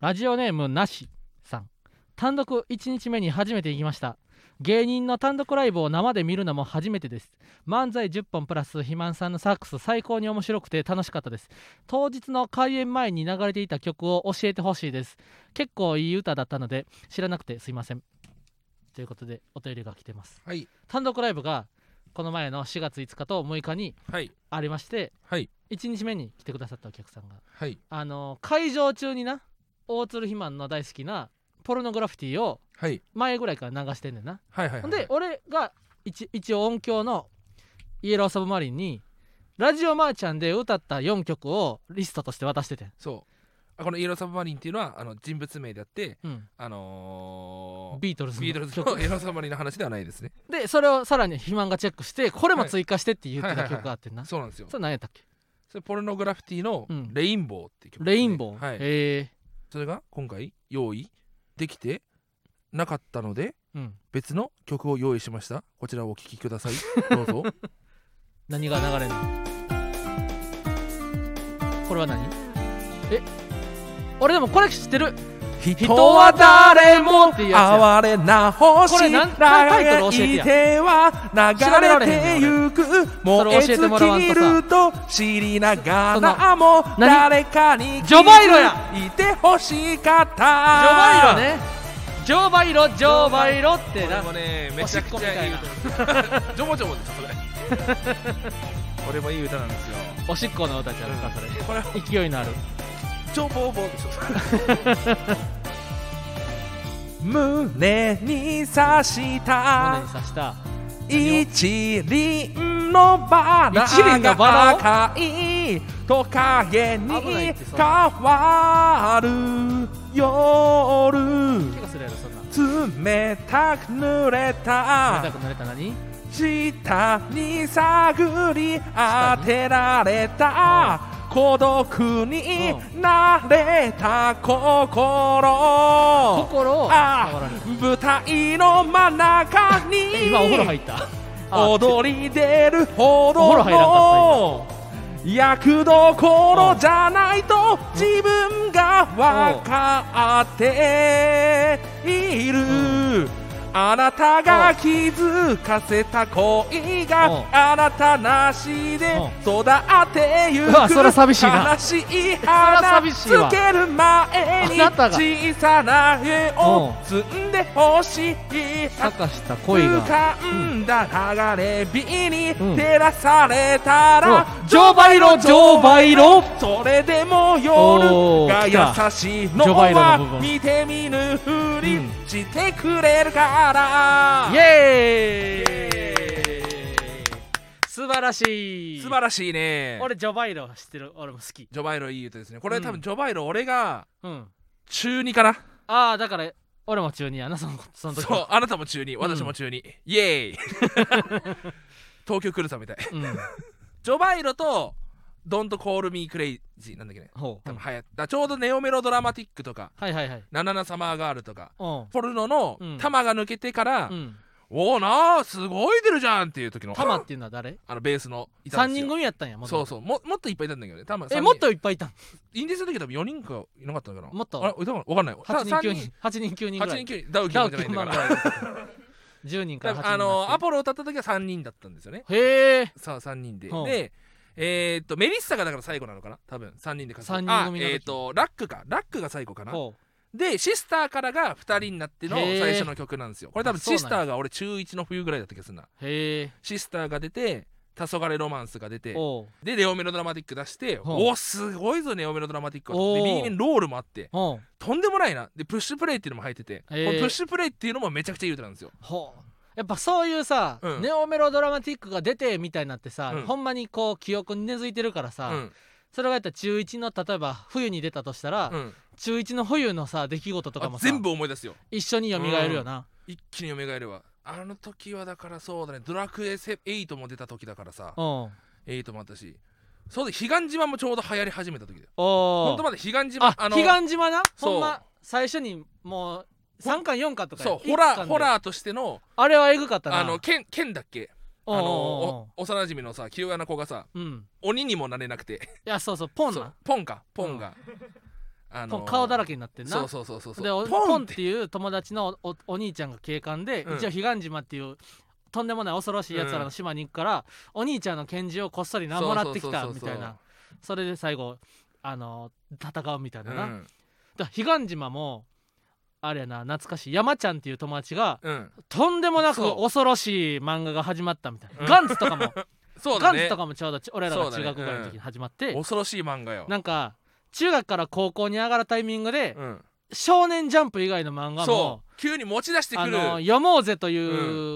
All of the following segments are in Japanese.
ラジオネームなしさん、単独1日目に初めて行きました。芸人の単独ライブを生で見るのも初めてです。漫才10本プラス肥満さんのサックス、最高に面白くて楽しかったです。当日の開演前に流れていた曲を教えてほしいです。結構いい歌だったので知らなくてすいません、ということでお便りが来てます。 はい。 単独ライブがこの前の4月5日と6日にありまして、 はい、 1日目に来てくださったお客さんが、 はい、 会場中にな、大鶴肥満の大好きなポルノグラフィティを前ぐらいから流してんねんな。 はいはいはい、 で俺が一応音響のイエローサブマリンにラジオマーチャンで歌った4曲をリストとして渡しててん。 そうこのイエローサブマリンっていうのは人物名であって、 ビートルズのイエローサブマリンの話ではないですね。 でそれをさらに肥満がチェックしてこれも追加してって言ってた曲があってんな。 そうなんですよ。 それ何やったっけ？ それポルノグラフィティのレインボーっていう曲、 レインボー、 はい、それが今回用意できてなかったので、別の曲を用意しました。こちらをお聴きください。どうぞ。 何が流れるの？これは何？俺でもこれ知ってる。 人は誰も哀れな星らがいては流れてゆく、燃え尽きると知りながらも誰かに気づいてほしかった。 ジョバイロね。ジョバイロジョバイロってな。 これもねめちゃくちゃいい歌。ジョボジョボですそれ。これもいい歌なんですよ。 おしっこの歌ちゃうかそれ。これ勢いのあるジョボボでしょ。胸に刺した一輪のバラが赤いトカゲに変わる夜、冷たく濡れた下に探り当てられた孤独になれた心、舞台の真ん中に今お風呂入った踊り出るほどの役どころじゃないと自分が分かっている。あなたが気づかせた恋があなたなしで育ってゆく。 そら寂しいな。 悲しい花つける前に小さな絵を摘んでほしい。 咲かした恋が浮かんだ流れ火に照らされたらジョバイロジョバイロ、 それでも夜が優しいのは見て見ぬふりしてくれるから。 イエーイ、素晴らしい素晴らしいね。 俺ジョバイロ知ってる。俺も好き。 ジョバイロいい歌ですね。これ多分ジョバイロ俺が中2かな。 ああだから俺も中2やなその時。 そうあなたも中2私も中2、イエーイ。東京来るさみたい。ジョバイロとDon't Call Me Crazy なんだっけね。多分流行ったちょうどネオメロドラマティックとかナナナサマーガールとかポルノの玉が抜けてからおーなーすごい出るじゃんっていう時の玉っていうのは誰？ ベースのいたんですよ。3人組やったんや。 そうもっといっぱいいたんだけどね。 もっといっぱいいたん。 インディーズの時多分4人かいなかったのかな。 もっと分かんない。 8人9人ぐらい。 ダウキマンじゃないんだから 10人から8人。 アポロ歌った時は3人だったんですよね。 へえ。 さあ3人ででメリッサがだから最後なのかな多分3人で 3人組の時。 ラックが最後かな。でシスターからが2人になっての最初の曲なんですよ。これ多分シスターが俺中1の冬ぐらいだった気がするな。シスターが出て黄昏ロマンスが出てでネオメロドラマティック出しておすごいぞネオメロドラマティックは。で B 面ロールもあってとんでもないな。でプッシュプレイっていうのも入っててこのプッシュプレイっていうのもめちゃくちゃいい歌なんですよ。 やっぱそういうさ、ネオメロドラマティックが出てみたいになってさ、ほんまにこう記憶に根付いてるからさ、それがやったら中1の例えば冬に出たとしたら、中1の冬のさ出来事とかもさ全部思い出すよ。 一緒に蘇るよな。 一気に蘇るわ。あの時はだからそうだねドラクエ8も出た時だからさ8もあったしそうで彼岸島もちょうど流行り始めた時だよ。ほんとまで彼岸島彼岸島な。ほんま最初にもう3巻4巻とかそうホラーとしてのあれはエグかったな。 剣だっけ幼馴染のさ清屋な子がさ鬼にもなれなくていやそうポンなポンが顔だらけになってんな。 そうでポンっていう友達の お兄ちゃんが警官で、一応彼岸島っていうとんでもない恐ろしいやつらの島に行くから、お兄ちゃんの拳銃をこっそりもらってきたみたいな。それで最後戦うみたいなな。だ彼岸島もあれやな、懐かしい山ちゃんっていう友達が、とんでもなく恐ろしい漫画が始まったみたいな。ガンズとかもガンズとかもちょうど俺らが中学ぐらいの時に始まって、 恐ろしい漫画よ。 なんか中学から高校に上がるタイミングで、少年ジャンプ以外の漫画も急に持ち出してくる、 読もうぜという、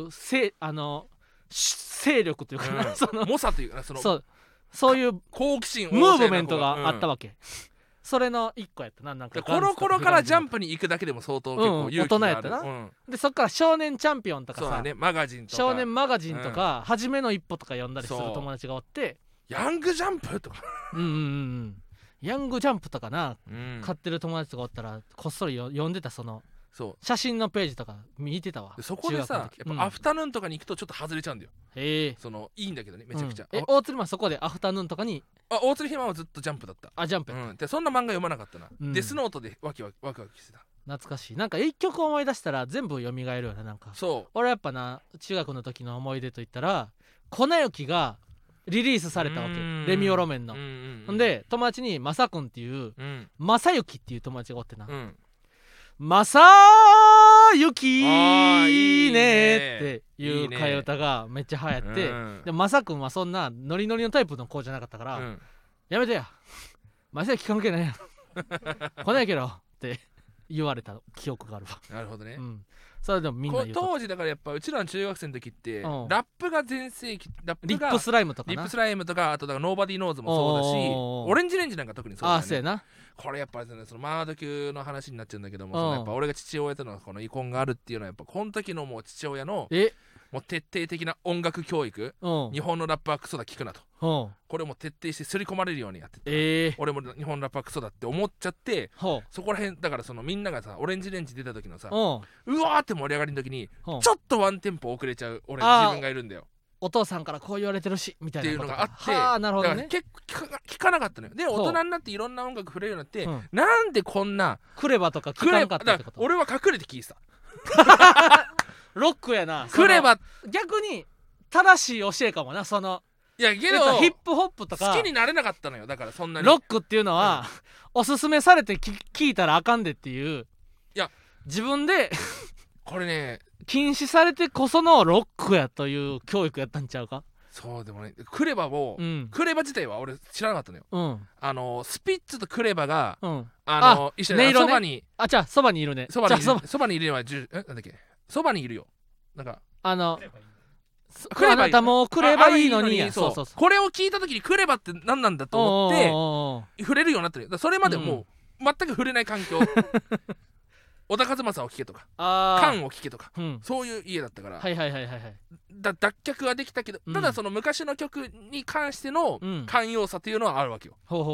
勢力というか、 猛者というか、 そういう好奇心ムーブメントがあったわけ。それの一個やったな。なんかコロコロからジャンプに行くだけでも相当結構勇気がある、 大人やったな。でそっから少年チャンピオンとかさ、 マガジンとか少年マガジンとか、初めの一歩とか読んだりする友達がおって、 ヤングジャンプとかヤングジャンプとかな、買ってる友達とかおったらこっそり読んでた。その写真のページとか見てたわ。 そこでさ、やっぱアフタヌーンとかに行くとちょっと外れちゃうんだよ。いいんだけどね、めちゃくちゃ。 大鶴マンそこでアフタヌーンとかに。 大鶴ひまはずっとジャンプだった。 ジャンプやった。 でそんな漫画読まなかったな。デスノートでワクワクしてた。 懐かしい。なんか一曲思い出したら全部蘇るよな。なんか俺やっぱな、中学の時の思い出といったら、粉雪がリリースされたわけ、レミオロメンの。ほんで友達にマサ君っていう、マサユキっていう友達がおってな、マサユキいいねっていう替え歌がめっちゃ流行って、でマサ君はそんなノリノリのタイプの子じゃなかったから、やめてや、マサユキ関係ないやん来ないけどって言われた記憶があるわ。 なるほどね。 それでもみんな言うと、 当時だからやっぱうちらの中学生の時って、ラップが全盛期、 リップスライムとかな、 リップスライムとか、あとだからノーバディーノーズもそうだし、オレンジレンジなんか特にそうだよね。 そうやな。 これやっぱりそのマード級の話になっちゃうんだけども、やっぱ俺が父親とのこの遺恨があるっていうのはやっぱこの時のもう父親のもう徹底的な音楽教育、日本のラップはクソだ聞くなと、これも徹底して刷り込まれるようにやってて、俺も日本ラップはクソだって思っちゃって、そこら辺だからそのみんながさオレンジレンジ出た時のさ、うわーって盛り上がりの時にちょっとワンテンポ遅れちゃう俺自分がいるんだよ。 お父さんからこう言われてるしみたいなっていうのがあって、 なるほどね、 結構聞かなかったのよ。で大人になっていろんな音楽触れるようになって、なんでこんなクレバとか聞かなかったってこと。 俺は隠れて聞いてたロックやな。 クレバ逆に正しい教えかもな。そのいやけどヒップホップとか好きになれなかったのよ。だからそんなにロックっていうのは、おすすめされて聞いたらあかんでっていう、 いや自分でこれね禁止されてこそのロックやという教育やったんちゃうか。 そうでもね、クレバも、クレバ自体は俺知らなかったのよ。スピッツとクレバが、一緒にそばに、 じゃあそばにいるね。 そばにいるのはなんだっけ、そばにいるよ。なんかクレバもうクレバいいのに、 これを聞いた時にクレバって何なんだと思って触れるようになってる。それまでもう全く触れない環境。小田和正を聴けとかカンを聴けとか、そういう家だったから、脱却はできたけど、ただその昔の曲に関しての寛容さというのはあるわけよ。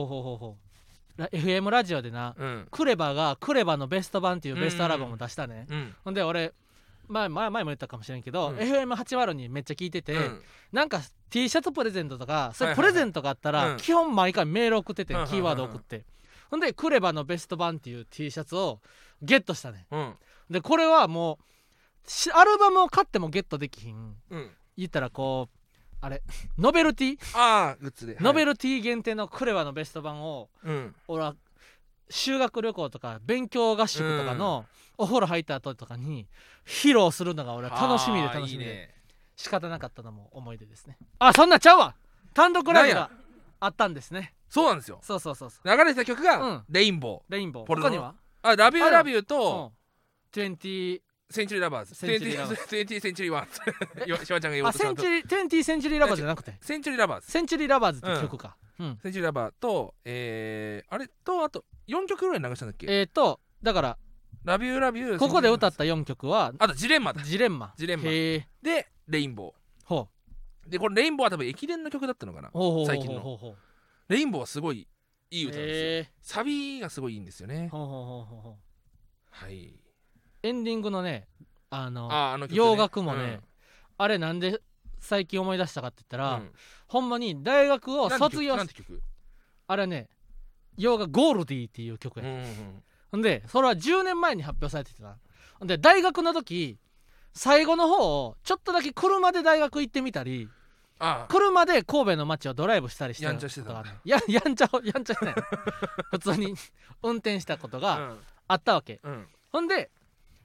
FM ラジオでな、クレバがクレバのベスト版っていうベストアルバムを出したね。ほんで俺前も言ったかもしれんけど、FM802 めっちゃ聞いてて、なんか T シャツプレゼントとかそういうプレゼントがあったら基本毎回メール送ってて、キーワード送って、ほんでクレバのベスト版っていう T シャツをゲットしたね。でこれはもうアルバムを買ってもゲットできひん、言ったらこうあれノベルティグッズで、 ノベルティ限定のクレバのベスト版を、俺は修学旅行とか勉強合宿とかのお風呂入った後とかに披露するのが俺は楽しみで仕方なかったのも思い出ですね。そんなちゃうわ、単独ライブがあったんですね。 そうなんですよ。 そう流れてた曲がレインボー。 他にはラビューラビューと 20 センチュリーラバーズ、20センチュリーワンシワちゃんが言おうとした 20センチュリーラバーズじゃなくてセンチュリーラバーズ、 センチュリーラバーズって曲か。 センチュリーラバーとあれとあと4曲ぐらい流したんだっけ。 だからラビューラビュー、 ここで歌った4曲はあとジレンマジレンマでレインボーで、これレインボーは多分駅伝の曲だったのかな、最近の。レインボーはすごいいい歌なんですよ。サビがすごいいいんですよね。はい。 エンディングのね、洋楽もね、あれなんで最近思い出したかって言ったら、ほんまに大学を卒業し、あれね、 洋画ゴールディっていう曲や、 うんほんでそれは10年前に発表されてた。ほんで大学の時最後の方をちょっとだけ車で大学行ってみたり、車で神戸の街をドライブしたりしてやんちゃしてた。 やんちゃしてない普通に運転したことがあったわけ、ほんで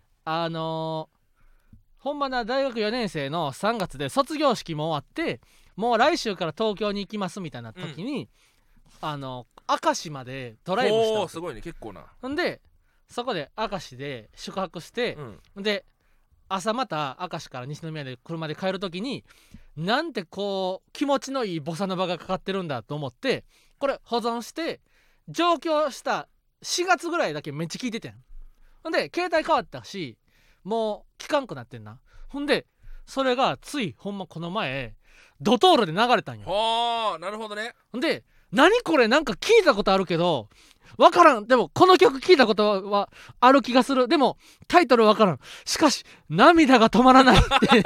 ほんまな大学4年生の3月で卒業式も終わってもう来週から東京に行きますみたいな時に、明石までドライブしたわけ。 すごいね、結構な。 ほんでそこで明石で宿泊して、で朝また明石から西宮で車で帰る時になんてこう気持ちのいいボサノバがかかってるんだと思ってこれ保存して上京した4月ぐらいだけめっちゃ聞いててん。ほんで携帯変わったしもう聞かんくなってんな。ほんでそれがついほんまこの前ドトールで流れたんよ。 なるほどね。 ほんで何これなんか聞いたことあるけどわからん、でもこの曲聞いたことはある気がする、でもタイトルわからん、しかし涙が止まらないって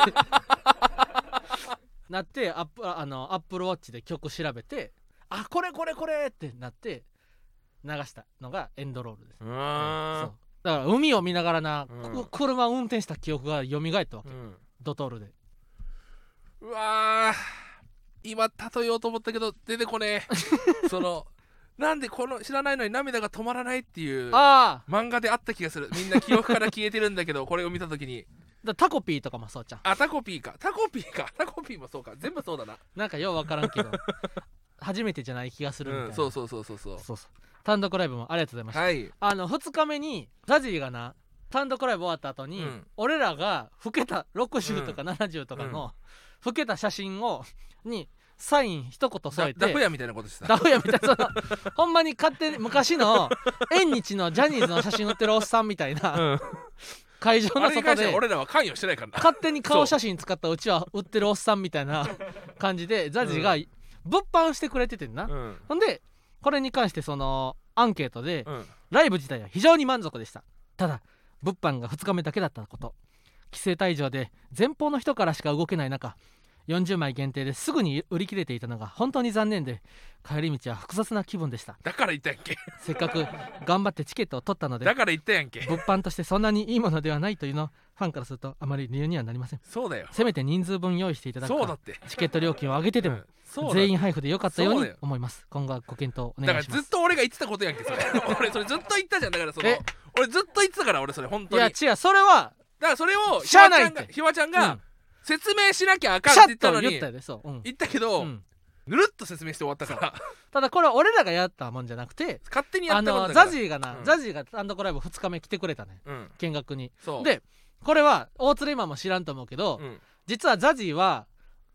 なってアップルウォッチで曲調べてこれってなって流したのがエンドロールです。そうだから海を見ながらな、車を運転した記憶が蘇ったわけ、ドトールで。 うわ今例えようと思ったけど出てこねえそのなんでこの知らないのに涙が止まらないっていう漫画であった気がする。みんな記憶から消えてるんだけどこれを見た時にタコピーとかもそうじゃん。 タコピーもそうか、全部そうだな。 なんかようわからんけど初めてじゃない気がするみたいな、 そう単独ライブもありがとうございました、2日目にザジーがな単独ライブ終わった後に、俺らが老けた60とか70とかの老けた写真にサイン一言添えてダフ屋みたいなことしてた。 ダフ屋みたいなほんまに勝手に昔の縁日のジャニーズの写真売ってるおっさんみたいな、会場の外で俺らは関与してないからな。 勝手に顔写真使ったうちは売ってるおっさんみたいな感じでザジが物販してくれててんな、ほんでこれに関してそのアンケートで、ライブ自体は非常に満足でした。ただ物販が2日目だけだったこと、規制退場で前方の人からしか動けない中40枚限定ですぐに売り切れていたのが本当に残念で帰り道は複雑な気分でした。 だから言ったやんけせっかく頑張ってチケットを取ったのでだから言ったやんけ。 物販としてそんなにいいものではないというのファンからするとあまり理由にはなりません。 そうだよ、 せめて人数分用意していただくか、 そうだってチケット料金を上げてでも、全員配布でよかったように思います。今後はご検討お願いします。 だからずっと俺が言ってたことやんけそれ俺それずっと言ったじゃん。だから俺ずっと言ってたから俺それ本当に。 いや違う、それはだからそれをしゃあないってひわちゃんが、説明しなきゃあかんって言ったのに言ったけど、ぬるっと説明して終わったから。 ただこれは俺らがやったもんじゃなくて勝手にやったもんだから。 ザジーが単独ライブ2日目来てくれたね、見学に。 そうでこれは大鶴今も知らんと思うけど、実はザジーは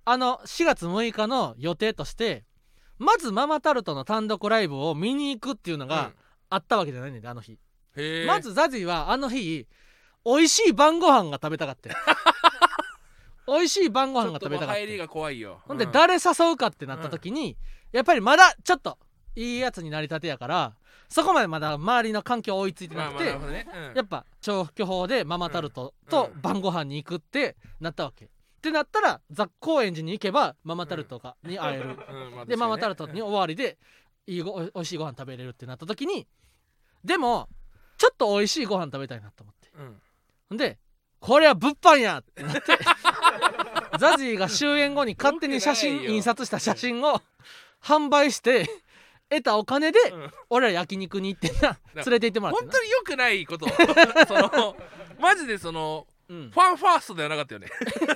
4月6日の予定としてまずママタルトの単独ライブを見に行くっていうのがあったわけじゃないねんで、あの日。まずザジーはあの日美味しい晩ご飯が食べたかった美味しい晩ご飯が食べたかった。 入りが怖いよ。 ほんで誰誘うかってなった時に、やっぱりまだちょっといいやつになりたてやからそこまでまだ周りの環境追いついてなくて、やっぱ消去法でママタルトと晩ご飯に行くってなったわけ。ってなったらザ・高円寺に行けばママタルトに会える、でママタルトに終わりでおいしいご飯食べれるってなった時に、でもちょっとおいしいご飯食べたいなと思って、ほんでこれは物販やってなってザジーが終演後に勝手に印刷した写真を販売して得たお金で、俺ら焼肉に行って連れて行ってもらって本当に良くないことマジでファンファーストではなかったよね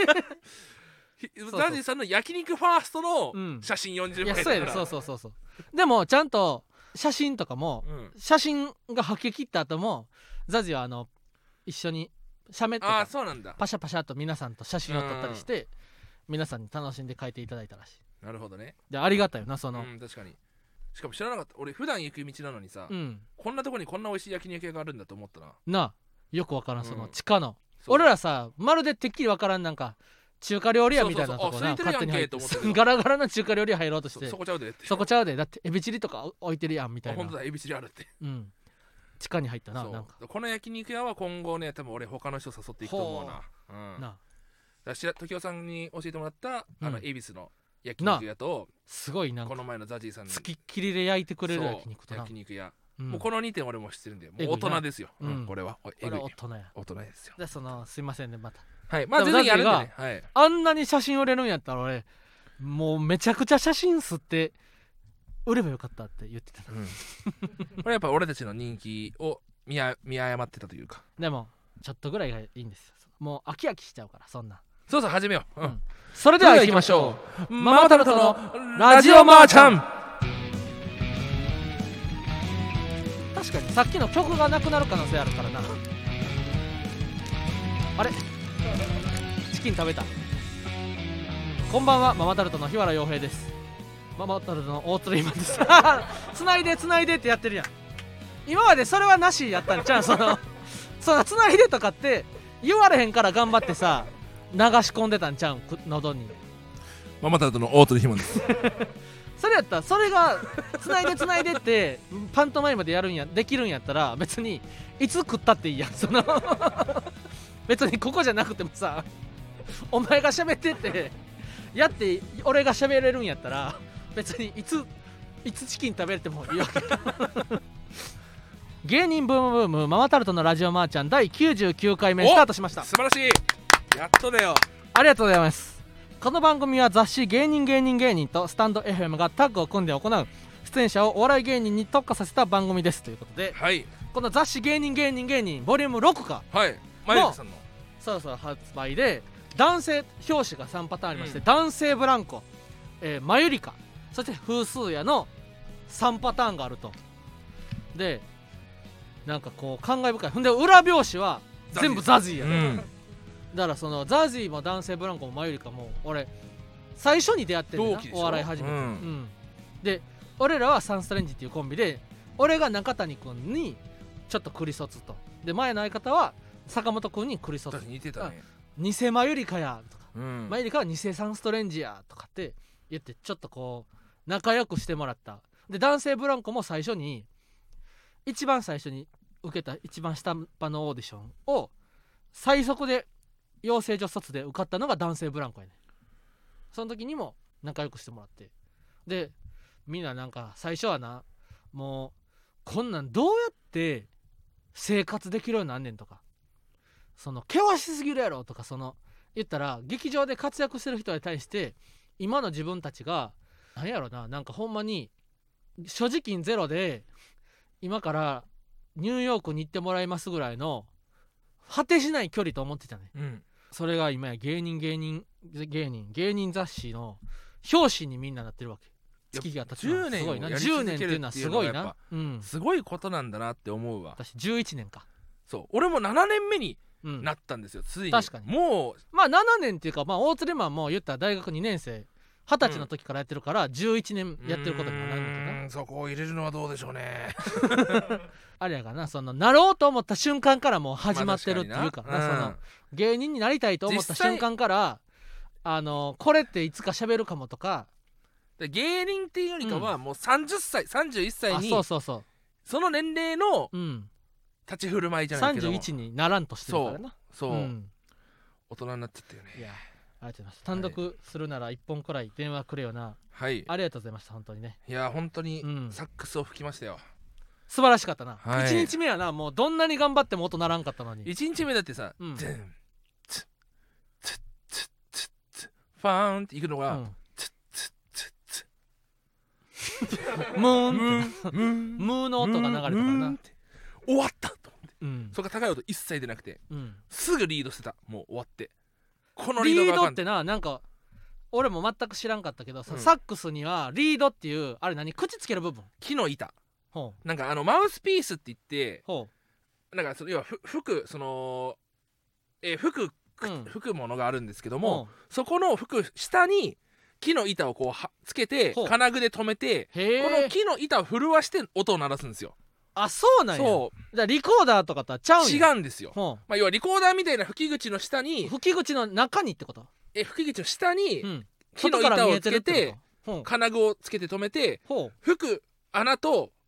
ザジーさんの焼肉ファーストの写真40枚だから、 そうでもちゃんと写真とかも、写真がはけ切った後もザジーは一緒に写メとかパシャパシャと皆さんと写真を撮ったりして、皆さんに楽しんで帰っていただいたらしい。 なるほどね。 でありがたいよな確かに。しかも知らなかった。俺普段行く道なのにさ、こんなとこにこんな美味しい焼肉屋があるんだと思ったな。 よくわからん、その地下の、俺らさまるでてっきりわからんなんか中華料理屋みたいなとこな勝手に入ってガラガラな中華料理屋入ろうとして、 そこちゃうでって、 そこちゃうで、だってエビチリとか置いてるやんみたいな。 本当だ、エビチリあるって。 地下に入ったな。なんかこの焼肉屋は今後ね多分俺他の人誘っていくと思うな。時代さんに教えてもらった恵比寿の焼肉屋とすごいなんかこの前のザジーさんのつきっきりで焼いてくれる焼肉とな。 焼肉屋、もうこの2点俺も知ってるんで、もう大人ですよ、これはこれは大人や。 大人ですよ。 ですいませんねまた。 はい、まあ全然やるんでね、はい、 あんなに写真売れるんやったら俺もうめちゃくちゃ写真吸って売ればよかったって言ってた、 これやっぱ俺たちの人気を見誤ってたというか。 でもちょっとぐらいがいいんですよ。もう飽き飽きしちゃうからそんな。 そう始めよう、 それでは行きましょう。 ママタルトのラジオマーちゃん。 確かにさっきの曲がなくなる可能性あるからな。あれチキン食べた。こんばんは、ママタルトの日原洋平です。ママタルトの大鶴今ですつないでってやってるやん。今までそれはなしやったんちゃう。そのつないでとかって言われへんから頑張ってさ流し込んでたんちゃうん喉に。 ママタルトの大鶴ひまですそれやったらそれがつないでってパントマイムでできるんやったら別にいつ食ったっていいやん。別にここじゃなくてもさお前が喋ってってやって俺が喋れるんやったら別にいつチキン食べれてもいいわけ芸人ブームブームママタルトのラジオマーちゃん第99回目スタートしました。 素晴らしい、やっとだよ。 ありがとうございます。この番組は雑誌芸人とスタンド FM がタッグを組んで行う出演者をお笑い芸人に特化させた番組ですということで、 はい、 この雑誌芸人ボリューム6か、 はい、マユリさんのそろそろ発売で男性表紙が3パターンありまして、男性ブランコ、マユリカ、そして風数屋の3パターンがあると。でなんかこう感慨深い。ほんで裏表紙は全部ザジーやね、だからそのザジーも男性ブランコもマユリカも俺最初に出会ってるんだな、お笑い始めて、で俺らはサンストレンジっていうコンビで、俺が中谷君にちょっとクリソツと、で前の相方は坂本君にクリソツ、 似てたね、 偽マユリカやとか、マユリカは偽サンストレンジやとかって言ってちょっとこう仲良くしてもらった。で男性ブランコも一番最初に受けた一番下っ端のオーディションを最速で養成所卒で受かったのが男性ブランコやね。その時にも仲良くしてもらって、でみんななんか最初はな、もうこんなんどうやって生活できるようになんねんとか、その険しすぎるやろとか、その言ったら劇場で活躍してる人に対して今の自分たちが何やろな、なんかほんまに所持金ゼロで今からニューヨークに行ってもらいますぐらいの果てしない距離と思ってたね、それが今や芸人雑誌の表紙にみんななってるわけ。月が経つのすごいな。10年っていうのはすごいな、 すごいことなんだなって思うわ。 私11年か。 そう俺も7年目になったんですよ、ついに。 確かにもうまあ7年っていうか、まあ大鶴マンも言ったら大学2年生20歳の時からやってるから11年やってることにもなるのかな。 そこを入れるのはどうでしょうねあれやかな、そのなろうと思った瞬間からもう始まってるっていうかな、その芸人になりたいと思った瞬間からこれっていつか喋るかもとか、 芸人っていうよりかはもう30歳31歳にその年齢の立ち振る舞いじゃないけど 31にならんとしてるからな。 そう、大人になっちゃったよね。 いやありがとうございます。単独するなら1本くらい電話くれよな。 はい、 ありがとうございました。本当にね。 いや本当にサックスを吹きましたよ。 素晴らしかったな、1日目はな、もうどんなに頑張っても音ならんかったのに。 1日目だってさ、ファーンっていくのが、 ムーの音が流れたからな。 終わったと思って、そこが高い音一切出なくて、すぐリードしてた。もう終わってこのリードってな、なんか俺も全く知らんかったけど、サックスにはリードっていうあれ何、口つける部分、 木の板、なんかマウスピースって言って、なんか要は吹くものがあるんですけども、そこの吹く下に木の板をこうつけて金具で留めて、この木の板を震わして音を鳴らすんですよ。 あ、そうなんや。そうだ、リコーダーとかとはちゃうんや。 違うんですよ。まあ要はリコーダーみたいな吹き口の下に、 吹き口の中にってこと？ 吹き口の下に木の板をつけて金具をつけて留めて、吹く穴と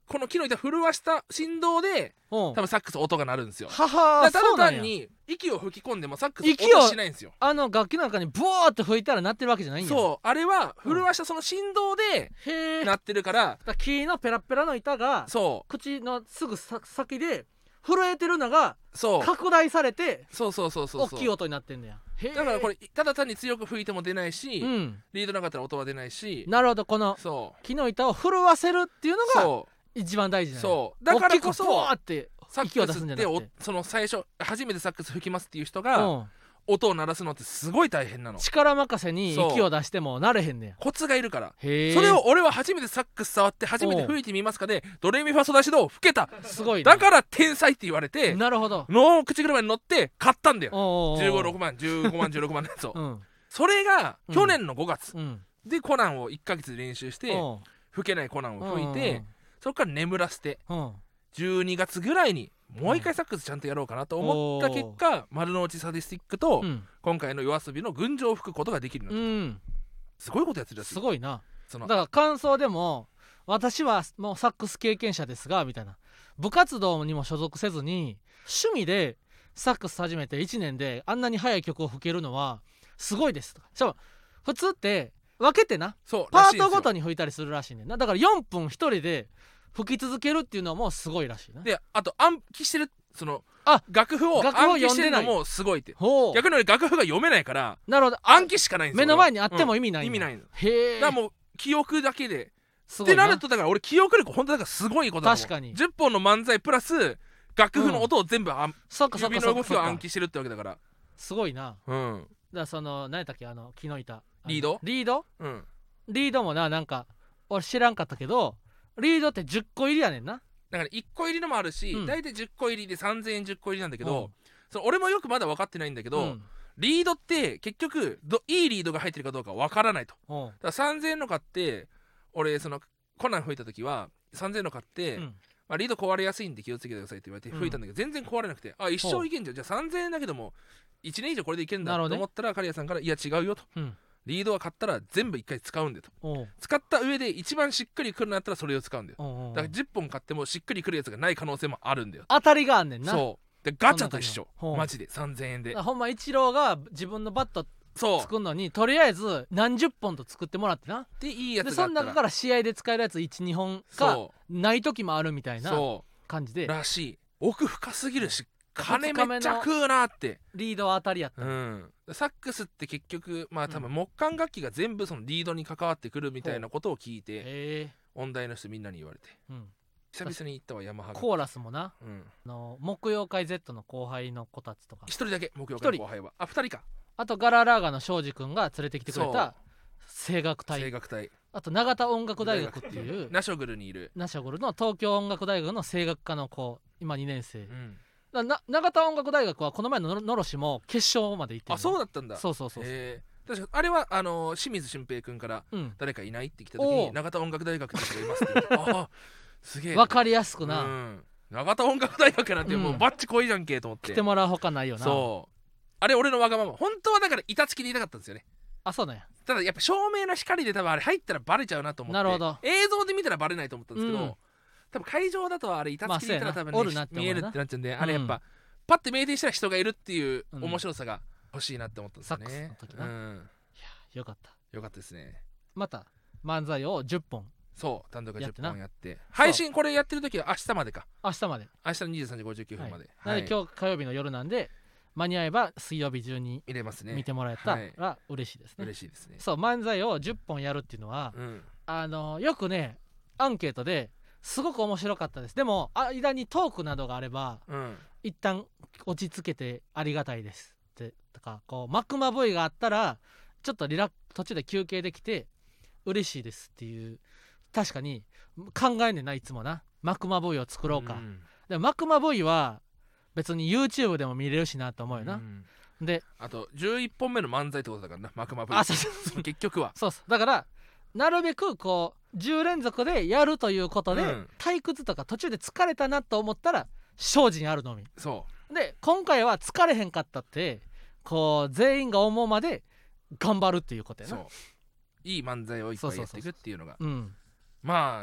この木の板震わした振動で多分サックス音が鳴るんですよ。 はは、 ただ単に息を吹き込んでもサックス音しないんですよ。 楽器の中にブワーって吹いたら鳴ってるわけじゃないんや。 そうあれは震わしたその振動で鳴ってるから、 木のペラペラの板が口のすぐ先で震えてるのが拡大されて大きい音になってんだよ。 だからこれただ単に強く吹いても出ないし、リードなかったら音は出ないし。 なるほど、この木の板を震わせるっていうのが一番大事なの。 そうだからこそ大きくサックスってその最初初めてサックス吹きますっていう人が音を鳴らすのってすごい大変なの。 力任せに息を出しても鳴れへんねん。 コツがいるから。それを俺は初めてサックス触って初めて吹いてみますかでドレミファソラシドを吹けた。 すごい、 だから天才って言われて、 なるほど、 の口車に乗って買ったんだよ。15万15万16万のやつを、それが去年の5月、でコナンを1ヶ月練習して吹けないコナンを吹いて、そこから眠らせて、12月ぐらいにもう一回サックスちゃんとやろうかなと思った結果、丸の内サディスティックと、今回の夜遊びの群青を吹くことができるようになった。すごいことやってるやつ。 すごいな。だから感想でも私はもうサックス経験者ですがみたいな、部活動にも所属せずに趣味でサックス始めて1年であんなに速い曲を吹けるのはすごいですと。しかも普通って分けてなパートごとに吹いたりするらしいねんな。だから4分1人で吹き続けるっていうのもすごいらしいな。 であと暗記してるその楽譜を暗記してるのもすごいって。逆に楽譜が読めないから、 なるほど、 暗記しかないんですよ。 目の前にあっても意味ない、 意味ないの。 へえ。 だからもう記憶だけでってなると、だから俺記憶力本当だからすごいことだと思う。 確かに 10本の漫才プラス楽譜の音を全部指の動きを暗記してるってわけだからすごいな。 だからその何やったっけ、木の板リードリードもなんか俺知らんかったけど、リードって10個入りやねんな。 だから1個入りのもあるし、大体10個入りで3000円10個入りなんだけど、その俺もよくまだ分かってないんだけど、リードって結局いいリードが入ってるかどうか分からないと。だから3000円の買って俺そのコナン吹いた時は3000円の買って、リード壊れやすいんで気をつけてくださいって言われて吹いたんだけど、全然壊れなくて、一生いけんじゃん、じゃあ3000円だけども1年以上これでいけんだと思ったら、刈谷さんからいや違うよと、リードは買ったら全部1回使うんだよと。使った上で一番しっくりくるんだったらそれを使うんだよ。だから10本買ってもしっくりくるやつがない可能性もあるんだよ。 当たりがあんねんな。 そうでガチャと一緒、マジで3000円で。 ほんまイチローが自分のバット作るのにとりあえず何十本と作ってもらってな。 でいいやつがあったら、 でその中から試合で使えるやつ 1,2 本かない時もあるみたいな感じでらしい。奥深すぎるし金めっちゃ食うなって。 リードは当たりやった、 サックスって結局多分木管楽器が全部そのリードに関わってくるみたいなことを聞いて、音大の人みんなに言われて、久々に行ったわヤマハが。 コーラスもな、木曜会 Z の後輩の子たちとか 1人だけ木曜会の後輩は2人か。 あとガララーガの庄司君が連れてきてくれた声楽隊、あと永田音楽大学っていうナショグルにいるナショグルの東京音楽大学の声楽科の子、今2年生、永田音楽大学はこの前ののろしも決勝まで行ってる。 そうだったんだ。 そう確かあれは清水俊平君から誰かいないって来た時に、永田音楽大学って人がいますって言って、すげえ分かりやすくな、 永田音楽大学なんてもうバッチ濃いじゃんけと思って来てもらうほかないよな。 あれ俺のわがまま、本当はだから板付きで言いたかったんですよね。 そうなんや。 ただやっぱ照明の光で多分あれ入ったらバレちゃうなと思って、 なるほど、 映像で見たらバレないと思ったんですけど、多分会場だとあれ板付きで言ったら多分ね、見えるってなっちゃうんで、あれやっぱパッて明点したら人がいるっていう面白さが欲しいなって思ったんですよね。 サックスの時な。いやよかったですね。 また漫才を10本単独が10本やって、配信これやってる時は明日までか。 明日まで、 明日の23時59分まで、 なので今日火曜日の夜なんで間に合えば水曜日中に見れますね。 見てもらえたら嬉しいですね。 嬉しいですね。 漫才を10本やるっていうのは、よくねアンケートですごく面白かったです。でも間にトークなどがあれば、一旦落ち着けてありがたいですってとか、こうマクマ V があったらちょっと途中で休憩できて嬉しいですっていう、確かに考えんねんな、いつもな。マクマ V を作ろうか、でもマクマ V は別に YouTube でも見れるしなと思うよな、であと11本目の漫才ってことだからな、マクマ V。結局はだからなるべくこう10連続でやるということで、退屈とか途中で疲れたなと思ったら精進あるのみ。で今回は疲れへんかったってこう全員が思うまで頑張るっていうことやな。 いい漫才をいっぱいやっていくっていうのがまあね、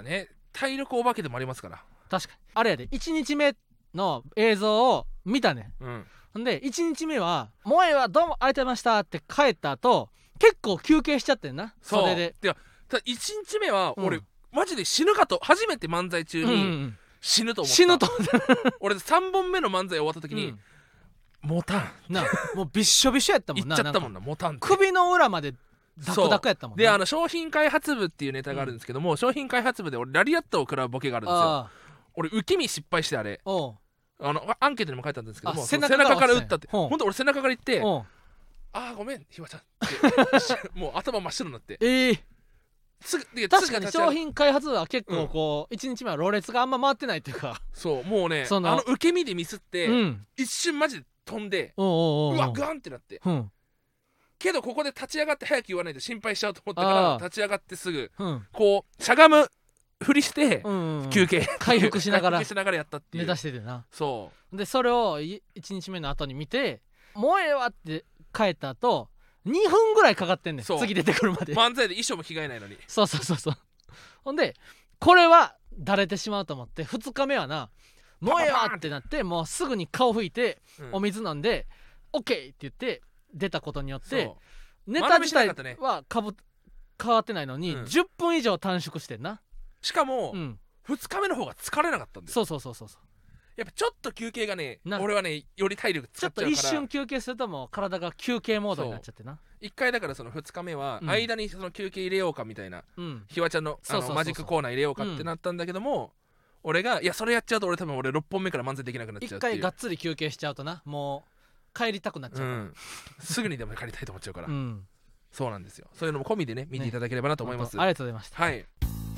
体力お化けでもありますから。 確かにあれやで1日目の映像を見たね。ほんで1日目は「萌えはどうもありがとうございました」って帰った後結構休憩しちゃってんな。 そう袖で。 いや1日目は俺、マジで死ぬかと、初めて漫才中に死ぬと思った、 死ぬと思った俺3本目の漫才終わった時に、モタンなもうびっしょびしょやったもんな。 いっちゃったもんな、モタンって首の裏までダクダクやったもんね。で商品開発部っていうネタがあるんですけども、商品開発部で俺ラリアットを食らうボケがあるんですよ。俺受け身失敗して、あれアンケートにも書いてあったんですけども、背中から打ったって。ほんと俺背中から言って「あーごめんひわちゃん」ってもう頭真っ白になって。 確かに商品開発は結構こう1日目はろれつがあんま回ってないっていうか、 そうもうね受け身でミスって一瞬マジで飛んで、うわグワンってなって、けどここで立ち上がって早く言わないと心配しちゃうと思ったから立ち上がってすぐこうしゃがむふりして休憩回復しながらやったっていう目指しててな。 そうでそれを1日目の後に見て「もうええわ」って帰った後2分ぐらいかかってんねん、次出てくるまで。 漫才で衣装も着替えないのに。 そうほんでこれはだれてしまうと思って2日目はな「もうええわ」ってなってもうすぐに顔拭いてお水飲んで「オッケー」って言って出たことによってネタ自体は変わってないのに10分以上短縮してんな。 しかも2日目の方が疲れなかったんだよ。 そうやっぱちょっと休憩がね、俺はねより体力使っちゃうから、 ちょっと一瞬休憩するともう体が休憩モードになっちゃってな。 一回だからその2日目は間にその休憩入れようかみたいな、ひわちゃんのマジックコーナー入れようかってなったんだけども、俺がいやそれやっちゃうと俺多分6本目から漫才できなくなっちゃうっていう。 一回がっつり休憩しちゃうとなもう帰りたくなっちゃう、 すぐにでも帰りたいと思っちゃうから、そうなんですよ。そういうのも込みでね見ていただければなと思います。 ありがとうございました。 はい。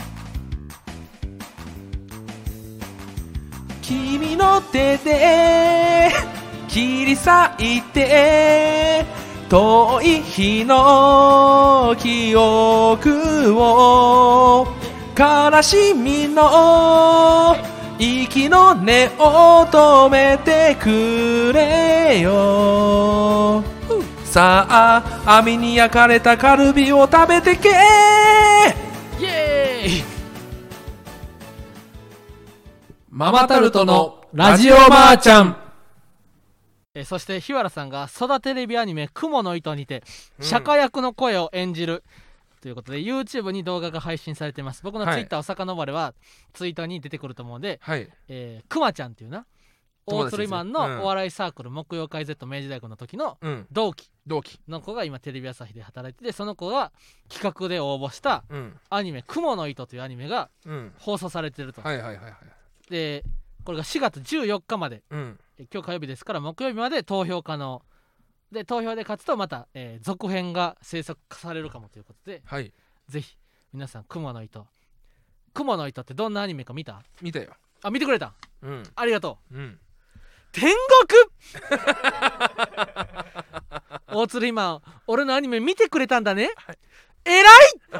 君の手で切り裂いて遠い日の記憶を悲しみの息の根を止めてくれよ。さあ網に焼かれたカルビを食べてけ。 イエーイ。 ママタルトのラジオばあちゃん。 そして日原さんが育テレビアニメ「雲の糸」にて釈迦役の声を演じるということで YouTube に動画が配信されています。僕の Twitter を遡ればツイートに出てくると思うので、くまちゃんっていうな大鶴マンのお笑いサークル木曜会 Z 明治大学の時の同期の子が今テレビ朝日で働いてて、その子が企画で応募したアニメ「雲の糸」というアニメが放送されてると。でこれが4月14日まで、今日火曜日ですから木曜日まで投票可能で、投票で勝つとまた、続編が制作されるかもということで、ぜひ皆さん雲の糸ってどんなアニメか見た？ 見たよ。 あ、見てくれた？ありがとう。天国大鶴今俺のアニメ見てくれたんだね、えらい天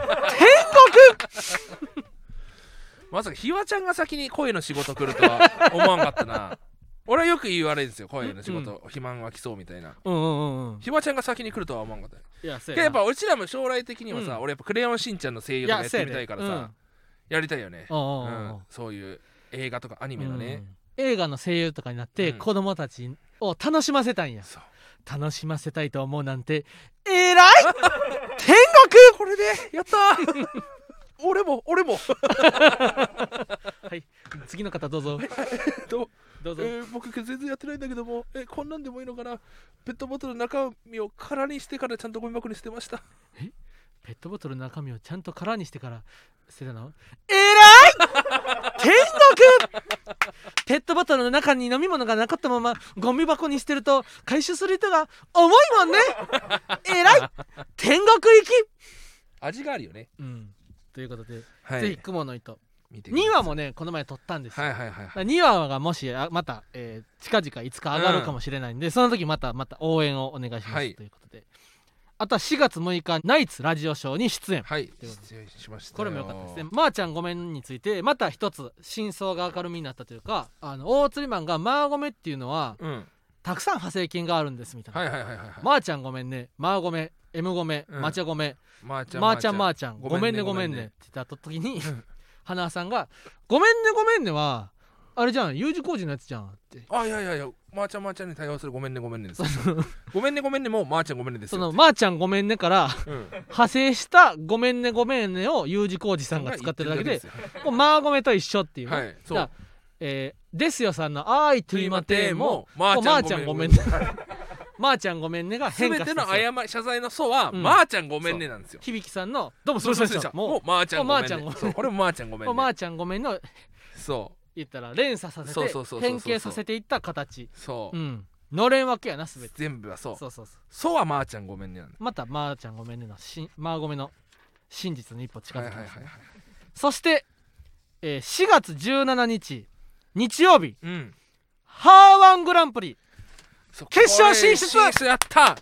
国まさかひわちゃんが先に声の仕事来るとは思わんかったな。俺はよく言われるんですよ、声の仕事肥満は来そうみたいな。ひわちゃんが先に来るとは思わんかった。 いややっぱうちらも将来的にはさ、俺やっぱクレヨンしんちゃんの声優とかやってみたいからさ、やりたいよね。そういう映画とかアニメのね、 映画の声優とかになって子供たちを楽しませたいんや。楽しませたいと思うなんてえらい天国これでやったー俺もはい次の方どうぞ。どうぞ。 僕全然やってないんだけども、こんなんでもいいのかな。ペットボトルの中身を空にしてからちゃんとゴミ箱に捨てました。 ペットボトルの中身をちゃんと空にしてから捨てたの？えらい天国ペットボトルの中に飲み物がなかったままゴミ箱に捨てると回収する人が重いもんねえらい天国行き味があるよね。 ということで、ぜひ雲の糸 2 話もねこの前撮ったんですよ。2話がもしまた、近々いつか上がるかもしれないんで、その時また応援をお願いします、ということで、あとは4月6日ナイツラジオショーに出演。 出演しましたよ。 これも良かったですね。まーちゃんごめんについてまた一つ真相が明るみになったというか、大釣りマンがマーゴメっていうのは、たくさん派生金があるんですみたいな。まーちゃんごめんね、マーゴメ、M ゴメ、マチャゴメ、まーちゃんごめんねって言った時に花さんがごめんねごめんねはあれじゃん U 字工事のやつじゃんって。 いやまーちゃんに対応するごめんねごめんねですごめんねごめんねもまーちゃんごめんねですよ。 そのまーちゃんごめんねから、派生したごめんねごめんねを U 字工事さんが使ってるだけでまーごめと一緒っていう、 はい、そう。 ですよさんのあーいといまてもまーちゃんごめんねまーちゃんごめんねが変化して、 全ての謝罪のそはまーちゃんごめんねなんですよ。 響さんのどうもすいませんでしたもうまーちゃんごめんね、これもまーちゃんごめんね、 まーちゃんごめんのそう言ったら連鎖させて変形させていった形、 そう、 のれんわけやなすべて全部はそうそうそうはまーちゃんごめんねなんだ。 またまーちゃんごめんねのまーごめの真実に一歩近づきます、そして、4月17日日曜日、ハーワングランプリ決勝進出やった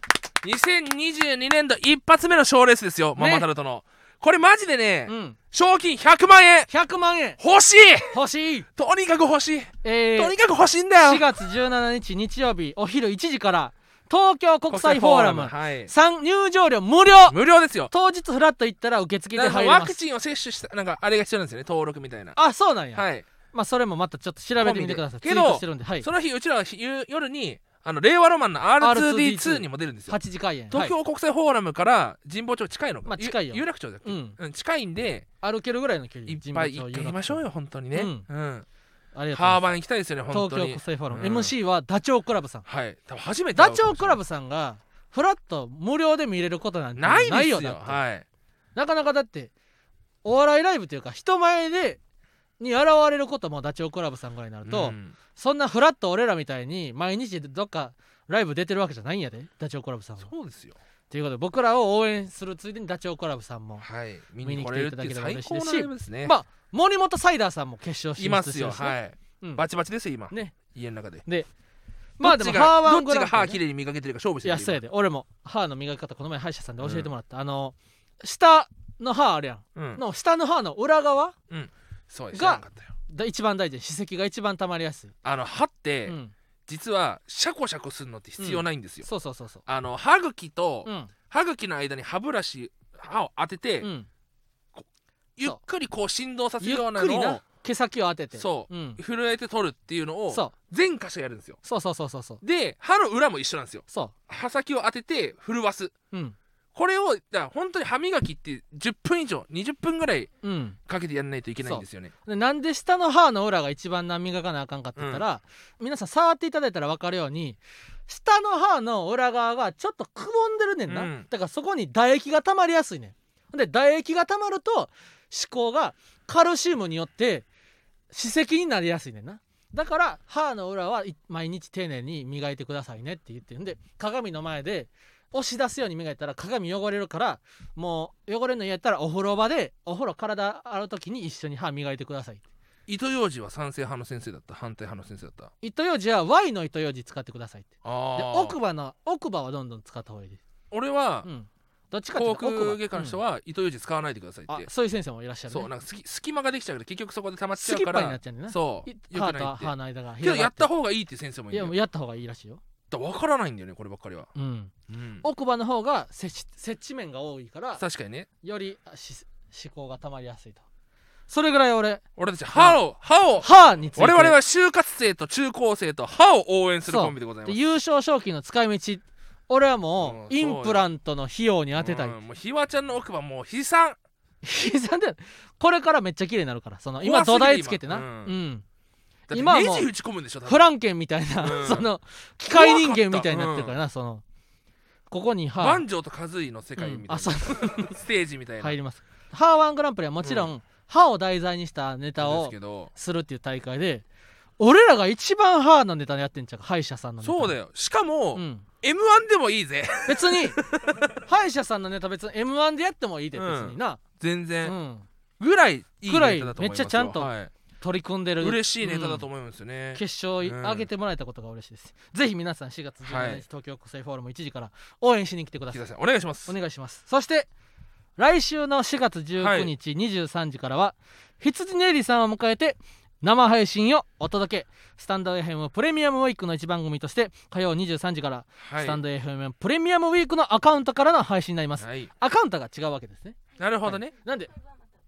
。2022年度一発目の賞レースですよ、ママタルトの。これマジでね、賞金100万円欲しいとにかく欲しい、とにかく欲しいんだよ。 4月17日日曜日お昼1時から東京国際フォーラム、入場料無料ですよ。当日フラッと行ったら受付で入れます。 ワクチンを接種したなんかあれが必要なんですよね、登録みたいな。 あ、そうなんや。はい、まあそれもまたちょっと調べてみてください。 けどその日うちらは夜に令和ロマンの R2D2 にも出るんですよ。 8時開演。 東京国際フォーラムから神保町近いのか、 まあ近いよ。 有楽町だっけ、近いんで歩けるぐらいの距離。 いっぱい行きましょうよ本当にね。 ありがとうございます。 ハーバン行きたいですよね本当に。 東京国際フォーラム、MC はダチョウ倶楽部さん。 はい。多分初めて。 ダチョウ倶楽部さんがフラッと無料で見れることなんてないよ。 はい。 なかなかだってお笑いライブというか人前でに現れることもダチョウ倶楽部さんぐらいになると、そんなフラッと俺らみたいに毎日どっかライブ出てるわけじゃないんやで、ダチョウ倶楽部さんは。 そうですよ。 ということで僕らを応援するついでにダチョウ倶楽部さんも見に来ていただければ嬉しいですし、 まあ森本サイダーさんも決勝進出してるし、 いますよ。はい。バチバチですよ今ね、家の中で。 でまあでもハーワングランプリ、 どっちが歯きれいに磨けてるか勝負してる。 いやそうやで、俺も歯の磨き方この前歯医者さんで教えてもらった、下の歯あるやん、の下の歯の裏側が一番大事、歯石が一番溜まりやすい。 歯って実はシャコシャコするのって必要ないんですよ。 そう歯茎と歯茎の間に歯ブラシ歯を当てて、ゆっくりこう振動させるようなのを毛先を当てて震えて取るっていうのを全箇所やるんですよ。 そうで歯の裏も一緒なんですよ。歯先を当てて震わす、これを本当に歯磨きって10分以上20分ぐらいかけてやらないといけないんですよね。 なんで下の歯の裏が一番磨かなあかんかって言ったら、皆さん触っていただいたら分かるように下の歯の裏側がちょっとくぼんでるねんな、だからそこに唾液が溜まりやすいねん。で唾液が溜まると歯垢がカルシウムによって歯石になりやすいねんな。だから歯の裏は毎日丁寧に磨いてくださいねって言ってるんで、鏡の前で押し出すように磨いたら鏡汚れるから、もう汚れるの嫌やったらお風呂場でお風呂体洗う時に一緒に歯磨いてください。 糸ようじは賛成派の先生だった反対派の先生だった？ 糸ようじは Y の糸ようじ使ってくださいって。で奥歯はどんどん使った方がいいです。 俺は、どっちかっていうと口腔外科の人は糸ようじ使わないでくださいって。 そういう先生もいらっしゃるね。 そうなんか隙間ができちゃうから結局そこで溜まっちゃうからスキッパになっちゃうんだよね。 そうよくないって。 歯の間がけどやった方がいいって先生もいるよ。 いややった方がいいらしいよ。 分からないんだよねこればっかりは。 奥歯の方が接地面が多いから確かにね、 より歯垢が溜まりやすいと。それぐらい俺たち歯について我々は就活生と中高生と歯を応援するコンビでございます。 優勝賞金の使い道、俺はもうインプラントの費用に当てたい。 もうひわちゃんの奥歯もう悲惨でこれからめっちゃ綺麗になるから、その今土台つけてな、 今はもうネジ打ち込むんでしょ、 フランケンみたいな、その機械人間みたいになってるからな、そのここに万丈と和井の世界みたいなステージみたいな入ります。ハーワングランプリはもちろん歯を題材にしたネタをするっていう大会で、俺らが一番歯のネタやってんちゃうか、歯医者さんのネタ。 そうだよ。しかも、M1 でもいいぜ別に歯医者さんのネタ別に M1 でやってもいいで、別にな、 全然、ぐらいいいネタだと思いますよ。 めっちゃちゃんと取り組んでる、 嬉しいネタだと思いますよね。 決勝上げてもらえたことが嬉しいです。ぜひ皆さん4月17日東京国際フォーラム1時から応援しに来てください。 お願いします。 そして来週の4月19日23時からは羊ねりさんを迎えて生配信をお届け。スタンド FM プレミアムウィークの一番組として火曜23時からスタンド FM プレミアムウィークのアカウントからの配信になります。アカウントが違うわけですね。 なるほどね。 なんで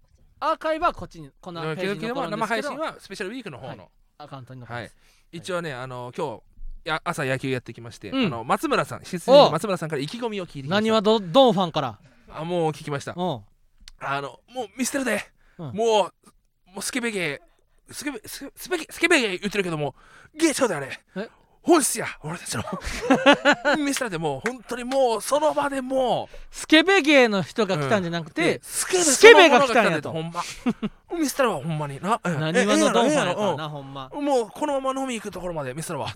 アーカイブはこっちにこのページに残るんですけど、 生配信はスペシャルウィークの方のアカウントに残ります。 一応ね今日朝野球やってきまして、松村さん松村さんから意気込みを聞いてきました。 何はドンファンからもう聞きました。もう見捨てるで、もうスケベゲー言ってるけどもゲーちゃうであれ本質や俺たちの見捨てるで、もう本当にもうその場でもうスケベゲーの人が来たんじゃなくて、スケベが来たんやと。ほんま見捨てるわほんまにな。 何話のドンファンやからなほんま。 もうこのまま飲み行くところまで見捨てるわって。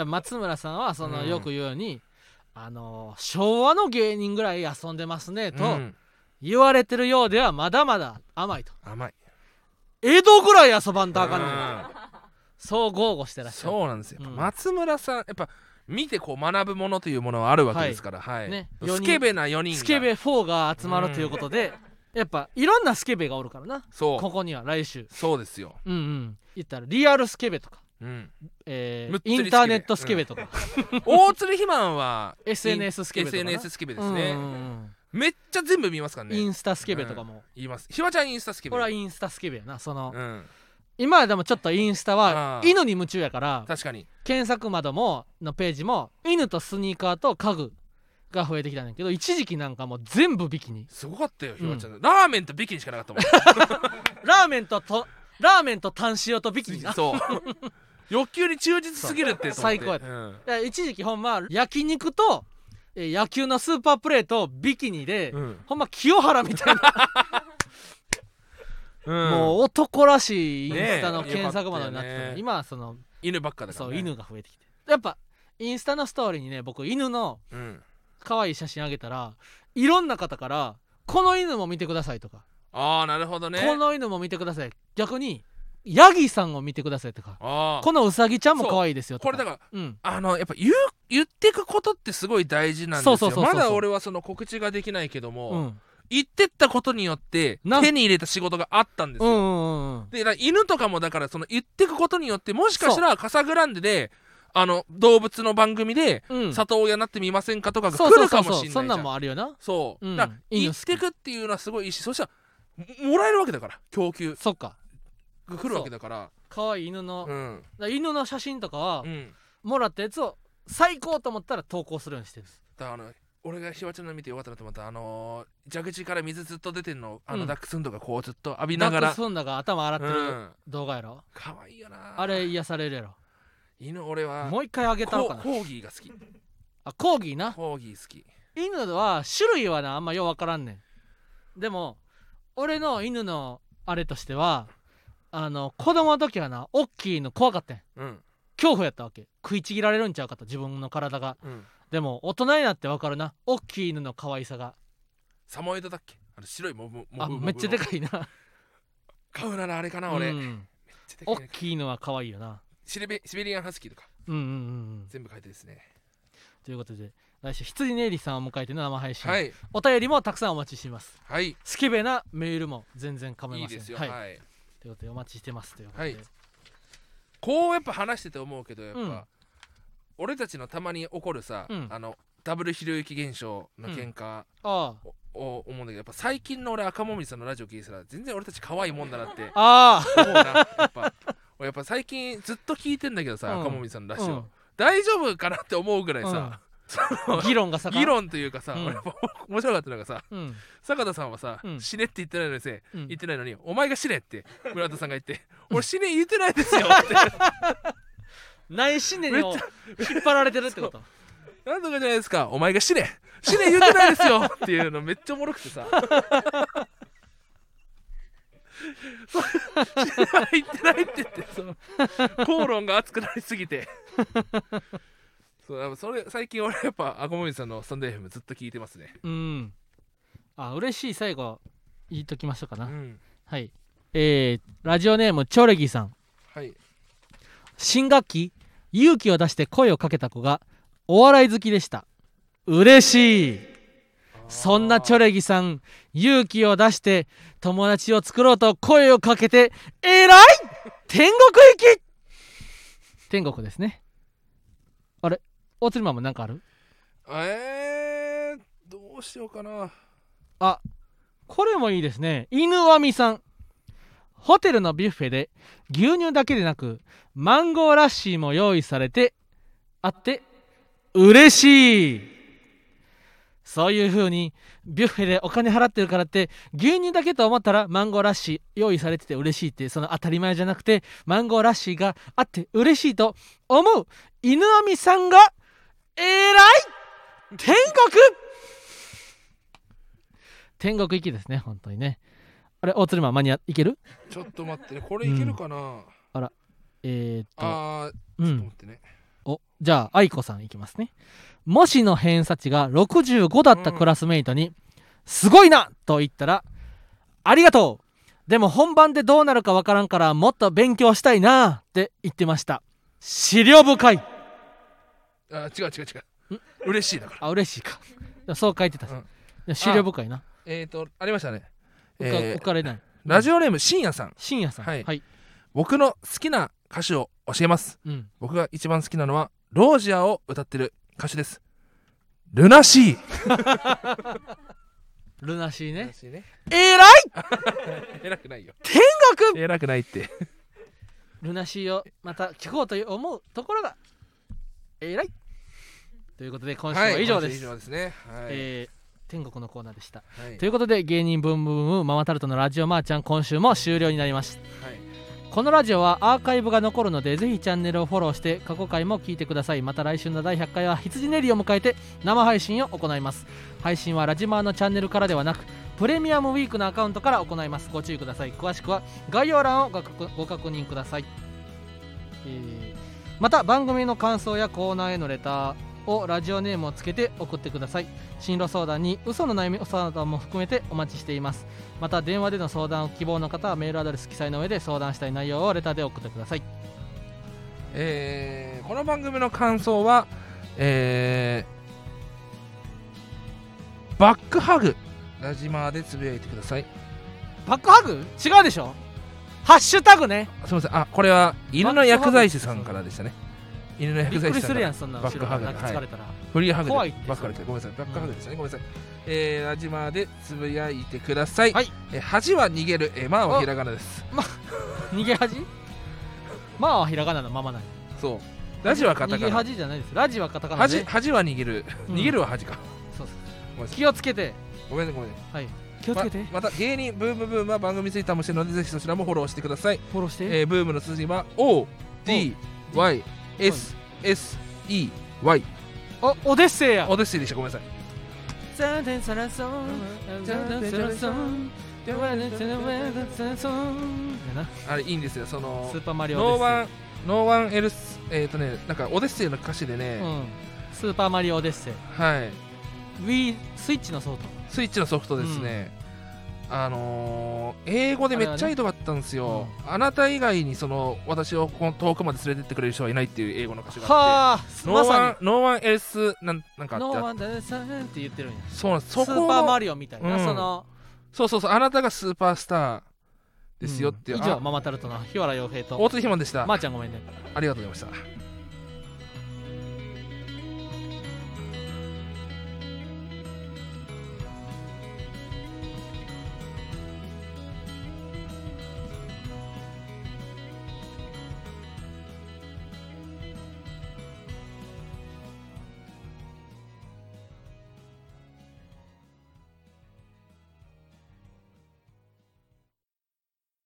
松村さんはよく言うように昭和の芸人ぐらい遊んでますねと言われてるようではまだまだ甘いと。 甘い。 江戸ぐらい遊ばんとあかんのよ。そう豪語してらっしゃる。 そうなんですよ。松村さんやっぱ見てこう学ぶものというものはあるわけですから、スケベな4人がスケベ4が集まるということで、やっぱいろんなスケベがおるからな。ここには来週。 そうですよ。 言ったらリアルスケベとか、インターネットスケベとか、 大鶴ひまんは SNS スケベとか SNS スケベですね。めっちゃ全部見ますからね。 インスタスケベとかも言います。ひわちゃんインスタスケベ。 これはインスタスケベやな。今はでもちょっとインスタは犬に夢中やから、 確かに検索窓のページも犬とスニーカーと家具が増えてきたんだけど、一時期なんかもう全部ビキニ。 すごかったよひわちゃん。ラーメンとビキニしかなかったもん。 ラーメンとタン塩とビキニな。 そう欲求に忠実すぎるって最高やった。一時期ほんま焼肉と野球のスーパープレーとビキニで、ほんま清原みたいなもう男らしいインスタの検索窓になって、今は犬ばっかだから、 犬が増えてきて、やっぱインスタのストーリーにね、僕犬の可愛い写真あげたら、いろんな方からこの犬も見てくださいとか、 なるほどね、 この犬も見てください、逆にヤギさんを見てくださいとか、このウサギちゃんも可愛いですよとか。 これだから、やっぱ言ってくことってすごい大事なんですよ。まだ俺は告知ができないけども、言ってったことによって手に入れた仕事があったんですよ。で犬とかもだから言ってくことによって、もしかしたらカサグランデで動物の番組で里親になってみませんかとかが来るかもしれないじゃん。 そんなんもあるよな。 そうだから言ってくっていうのはすごいいいし、そしたらもらえるわけだから、供給そっかが来るわけだから、 可愛い犬の犬の写真とかはもらったやつを最高と思ったら投稿するようにしてるんです。 だから俺がひわちゃんの見てよかったなと思った蛇口から水ずっと出てんの、ダックスフンドがこうずっと浴びながら、 ダックスフンドが頭洗ってる動画やろ。 かわいいよなあれ。癒されるやろ。 犬俺はもう一回あげたのかな。 コーギーが好き。 コーギーな。 コーギー好き。 犬は種類はなあんまよう分からんねん。でも俺の犬のあれとしては、子供の時はな、大きいの怖かったん、恐怖やったわけ。食いちぎられるんちゃうかと、自分の体が、でも大人になって分かるな、大きい犬の可愛さが。 サモエドだっけ、白いめっちゃでかいな。 飼うならあれかな俺、 大きいのは可愛いよな。 シベリアンハスキーとか全部書いてですね。 ということで来週羊ネイリさんを迎えての生配信、お便りもたくさんお待ちしています。スケベなメールも全然構いません。いいですよ。ということでお待ちしてますということで、 こうやっぱ話してて思うけど、やっぱ俺たちのたまに起こるさ、ダブルひろゆき現象の喧嘩を思うんだけど、やっぱ最近の俺赤もみさんのラジオ聞いてたら全然俺たち可愛いもんだなって思うな。やっぱ最近ずっと聞いてんだけどさ、赤もみさんのラジオ大丈夫かなって思うぐらいさ、 議論というかさ、俺やっぱ面白かったのがさ、坂田さんはさ、死ねって言ってないのに、お前が死ねって村田さんが言って、俺死ね言ってないですよってない死ねを引っ張られてるってこと。 なんとかじゃないですか、お前が死ね言ってないですよっていうのめっちゃおもろくてさ言ってないって言って口論が熱くなりすぎてそれ最近俺やっぱ赤もみさんのスタンド FM ずっと聞いてますね。 嬉しい。最後言いときましょうかな。はい、ラジオネームチョレギさん。新学期勇気を出して声をかけた子がお笑い好きでした。嬉しい。そんなチョレギさん、勇気を出して友達を作ろうと声をかけてえらい天国行き。天国ですね。あれ、大鶴マンもなんかある？ どうしようかな。 これもいいですね。犬ワミさん。ホテルのビュッフェで牛乳だけでなくマンゴーラッシーも用意されてあって嬉しい。そういう風にビュッフェでお金払ってるからって牛乳だけと思ったらマンゴーラッシー用意されてて嬉しいって、その当たり前じゃなくてマンゴーラッシーがあって嬉しいと思う犬アミさんがえらい天国行きですね、本当にね。あれ大鶴マン間に合いける？ ちょっと待ってね、これいけるかな、 あらちょっと待ってね、 じゃあ愛子さんいきますね。もしの偏差値が65だったクラスメイトに、すごいなと言ったら、ありがとう、でも本番でどうなるかわからんからもっと勉強したいなって言ってました。資料深い。 違う嬉しいだから。 嬉しいか。そう書いてたし、資料深いな。 ありましたね。 浮かれない。 ラジオネーム深夜さん。 はい、 僕の好きな歌手を教えます。僕が一番好きなのはロージアを歌ってる歌手です。ルナシー。 ルナシーね。 えらい偉くないよ。 天国偉くないって。 ルナシーをまた聞こうと思うところがえらいということで、今週は以上です。 以上ですね。 天国のコーナーでした。ということで、芸人ブームブームママタルトのラジオマーちゃん、今週も終了になりました。このラジオはアーカイブが残るので、ぜひチャンネルをフォローして過去回も聞いてください。また来週の第100回は羊ネリを迎えて生配信を行います。配信はラジマーのチャンネルからではなく、プレミアムウィークのアカウントから行います。ご注意ください。詳しくは概要欄をご確認ください。また番組の感想やコーナーへのレターをラジオネームをつけて送ってください。進路相談に嘘の悩み相談も含めてお待ちしています。また電話での相談を希望の方はメールアドレス記載の上で相談したい内容をレターで送ってください。 この番組の感想は、バックハグラジマーでつぶやいてください。 バックハグ違うでしょ。ハッシュタグね。 すみません。これは犬の薬剤師さんからでしたね。犬の薬剤師さんから。 びっくりするやん、そんなバックハグ。 疲れたら。 フリーハグで怖いって。 バックハグでごめんなさい。バックハグでしたね。ごめんなさい。ラジマーでつぶやいてください。恥は逃げる。マーはひらがなです。 逃げ恥？マーはひらがなのままない。 そう。ラジはカタカナ。 逃げ恥じゃないです。ラジはカタカナで。 恥は逃げる。逃げるは恥か。 そうです。気をつけて。 ごめんね。 はい。気をつけて。 また芸人ブームブームは番組ツイッターもしてるので、ぜひそちらもフォローしてください。 フォローして。 ブームの数字は ODYSSEY。 オデッセイや。 オデッセイでした。ごめんなさい。あれいいんですよ。そのスーパーマリオオデッセイ。 ノーワンエルスなんかオデッセイの歌詞でね、 スーパーマリオオデッセイ。 はい。 スイッチのソフト。 スイッチのソフトですね。英語でめっちゃいいとこあったんですよ。あなた以外に私を遠くまで連れてってくれる人はいないっていう英語の歌詞があって、ノーワンエルスなんかあって、 ノーワンエルスって言ってるんや。 そうなんです。 スーパーマリオみたいな、 そうあなたがスーパースターですよっていう。 以上ママタルトの日原洋平と大津ひまんでした。 まーちゃんごめんね。 ありがとうございました。